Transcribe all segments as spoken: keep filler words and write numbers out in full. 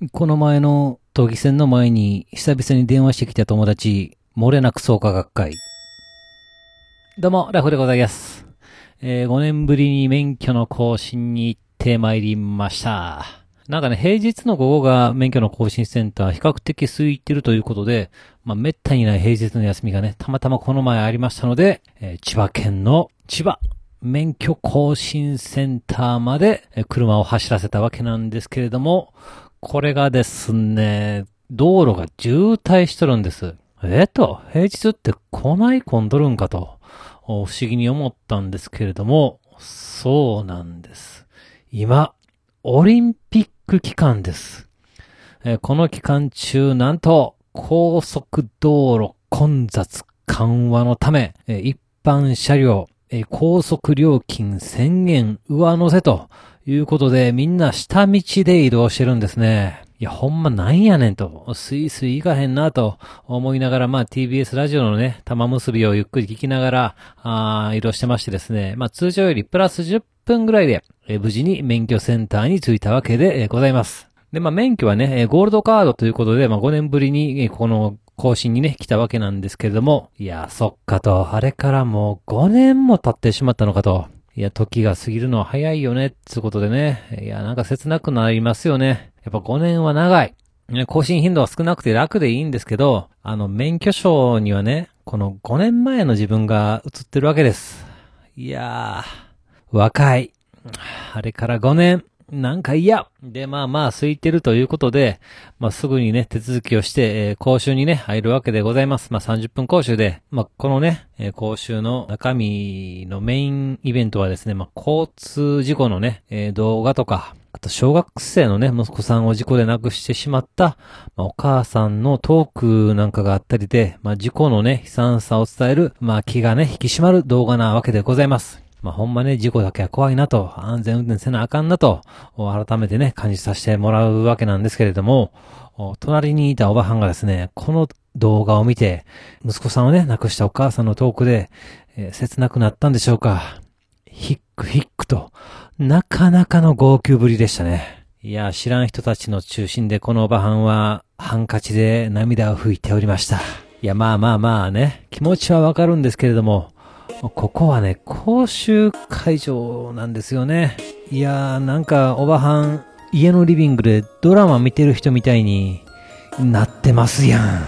この前の都議選の前に久々に電話してきた友達、漏れなく創価学会。どうも、ラフでございます。えー、ごねんぶりに免許の更新に行ってまいりました。なんかね、平日の午後が免許の更新センター比較的空いてるということで、まあ、めったにない平日の休みがね、たまたまこの前ありましたので、えー、千葉県の千葉免許更新センターまで車を走らせたわけなんですけれども、これがですね、道路が渋滞しとるんです。えっと、平日ってこない混んどるんかと、不思議に思ったんですけれども、そうなんです。今、オリンピック期間です。えー、この期間中、なんと、高速道路混雑緩和のため、えー、一般車両、えー、高速料金せんえん上乗せということで、みんな下道で移動してるんですね。いや、ほんまなんやねんと、スイスイ行かへんなと思いながら、まあ ティービーエス ラジオのね、玉結びをゆっくり聞きながら、あ移動してましてですね、まあ通常よりプラスじゅっぷんぐらいで、えー、無事に免許センターに着いたわけで、えー、ございます。で、まあ免許はね、ゴールドカードということで、まあごねんぶりに、この更新にね、来たわけなんですけれども、いや、そっかと、あれからもうごねんも経ってしまったのかと。いや、時が過ぎるのは早いよね、つうことでね。いや、なんか切なくなりますよね。やっぱごねんは長い。更新頻度は少なくて楽でいいんですけど、あの、免許証にはね、このごねんまえの自分が映ってるわけです。いやー、若い。あれからごねん。なんか嫌で、まあまあ、空いてるということで、まあすぐにね、手続きをして、えー、講習にね、入るわけでございます。まあさんじゅっぷん講習で、まあこのね、えー、講習の中身のメインイベントはですね、まあ交通事故のね、えー、動画とか、あと小学生のね、息子さんを事故で亡くしてしまった、まあ、お母さんのトークなんかがあったりで、まあ事故のね、悲惨さを伝える、まあ気がね、引き締まる動画なわけでございます。まあ、ほんまね、事故だけは怖いなと、安全運転せなあかんなと、改めてね、感じさせてもらうわけなんですけれども、隣にいたおばはんがですね、この動画を見て、息子さんをね、亡くしたお母さんのトークで、えー、切なくなったんでしょうか。ヒックヒックと、なかなかの号泣ぶりでしたね。いや、知らん人たちの中心でこのおばはんは、ハンカチで涙を拭いておりました。いや、まあまあまあね、気持ちはわかるんですけれども、ここはね、講習会場なんですよね。いやー、なんかおばはん、家のリビングでドラマ見てる人みたいになってますやん。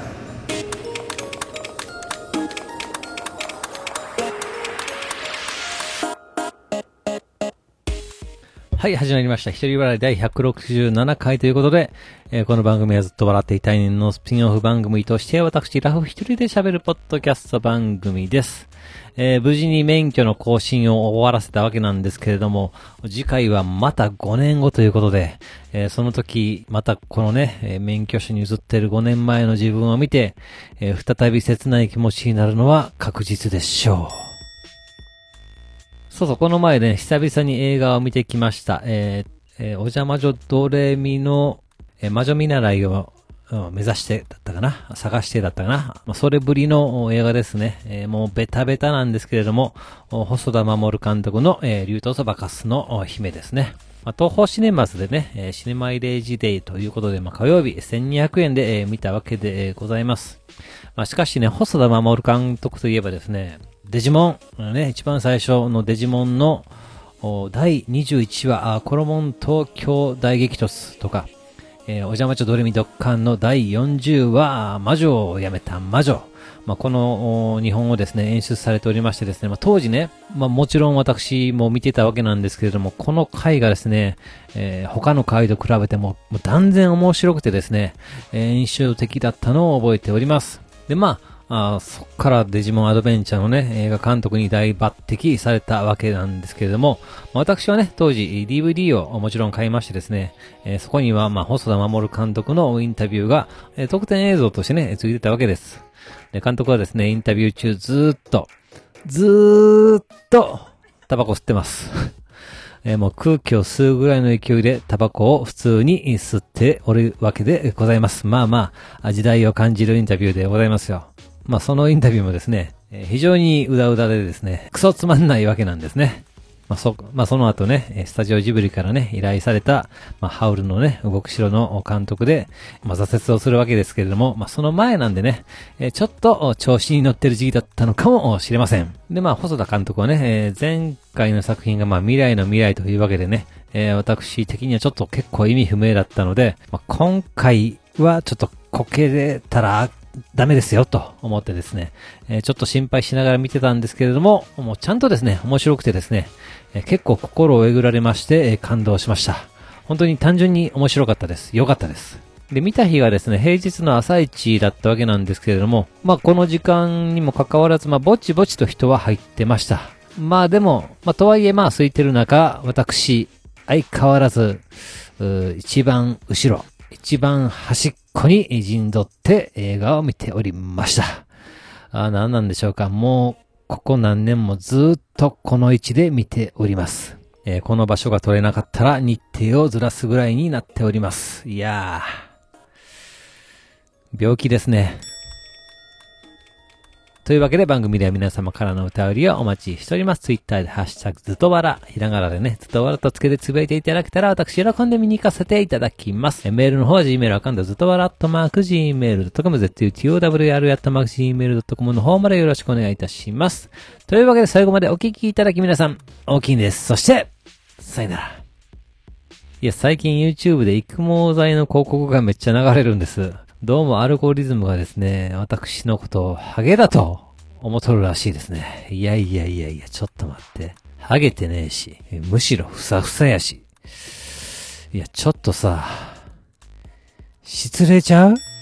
はい、始まりました。一人笑いだいひゃくろくじゅうななかいということで、えー、この番組はずっと笑っていたい年のスピンオフ番組として、私、ラフ一人で喋るポッドキャスト番組です。えー、無事に免許の更新を終わらせたわけなんですけれども、次回はまたごねんごということで、えー、その時、またこのね、えー、免許証に映っているごねんまえの自分を見て、えー、再び切ない気持ちになるのは確実でしょう。そうそう、この前ね、久々に映画を見てきました。えー、えー、おじゃ魔女ドレミの、えー、魔女見習いを、うん、目指してだったかな探してだったかな、まあ、それぶりの映画ですね。えー、もうベタベタなんですけれども、細田守監督の、えー、竜とそばかすの姫ですね。まあ、東宝シネマズでね、えー、シネマイレージデイということで、まあ、火曜日せんにひゃくえんで、えー、見たわけで、えー、ございます。まあ、しかしね、細田守監督といえばですね、デジモン、ね、一番最初のデジモンのだいにじゅういちわ、コロモン東京大激突とか、えー、おじゃまちょドレミドッカンのだいよんじゅうわ、魔女を辞めた魔女。まあ、この日本をですね、演出されておりましてですね、まあ、当時ね、まあ、もちろん私も見てたわけなんですけれども、この回がですね、えー、他の回と比べても、もう断然面白くてですね、えー、印象的だったのを覚えております。で、まあ、あそっからデジモンアドベンチャーのね、映画監督に大抜擢されたわけなんですけれども、私はね、当時 ディーブイディー をもちろん買いましてですね、えー、そこには、まあ、細田守監督のインタビューが、えー、特典映像としてね、ついてたわけです。で、監督はですね、インタビュー中ずーっと、ずーっと、タバコ吸ってます。えー、もう空気を吸うぐらいの勢いでタバコを普通に吸っておるわけでございます。まあまあ、時代を感じるインタビューでございますよ。まあそのインタビューもですね、えー、非常にうだうだでですね、クソつまんないわけなんですね。 まあ、そ、まあ、その後ね、スタジオジブリからね、依頼された、まあ、ハウルのね、動く城の監督で、まあ、挫折をするわけですけれども、まあ、その前なんでね、えー、ちょっと調子に乗ってる時期だったのかもしれません。で、まあ、細田監督はね、えー、前回の作品がまあ、未来の未来というわけでね、えー、私的にはちょっと結構意味不明だったので、まあ、今回はちょっとこけれたら、ダメですよと思ってですね、えー、ちょっと心配しながら見てたんですけれども、もうちゃんとですね、面白くてですね、えー、結構心をえぐられまして、えー、感動しました。本当に単純に面白かったです。良かったです。で、見た日がですね、平日の朝一だったわけなんですけれども、まあこの時間にもかかわらず、まあぼちぼちと人は入ってました。まあでも、まあとはいえまあ空いてる中、私、相変わらず、一番後ろ、一番端っこに陣取って映画を見ておりました。あ、何なんでしょうか。もう、ここ何年もずっとこの位置で見ております。えー、この場所が取れなかったら日程をずらすぐらいになっております。いやー、病気ですね。というわけで番組では皆様からのお便りをお待ちしております。ツイッターでハッシュタグずとわら、ひらがなでね、ずとわらとつけてつぶやいていただけたら私喜んで見に行かせていただきます。メールの方は Gmail アカウントずとわらアットマーク ジーメールドットコム ズトワラ アットマーク ジーメールドットコム の方までよろしくお願いいたします。というわけで最後までお聞きいただき皆さん大きいんです。そして、さよなら。いや、最近 YouTube で育毛剤の広告がめっちゃ流れるんです。どうもアルゴリズムがですね、私のことをハゲだと思っとるらしいですね。いやいやいやいや、ちょっと待って。ハゲてねえし、むしろふさふさやし。いや、ちょっとさ、失礼ちゃう？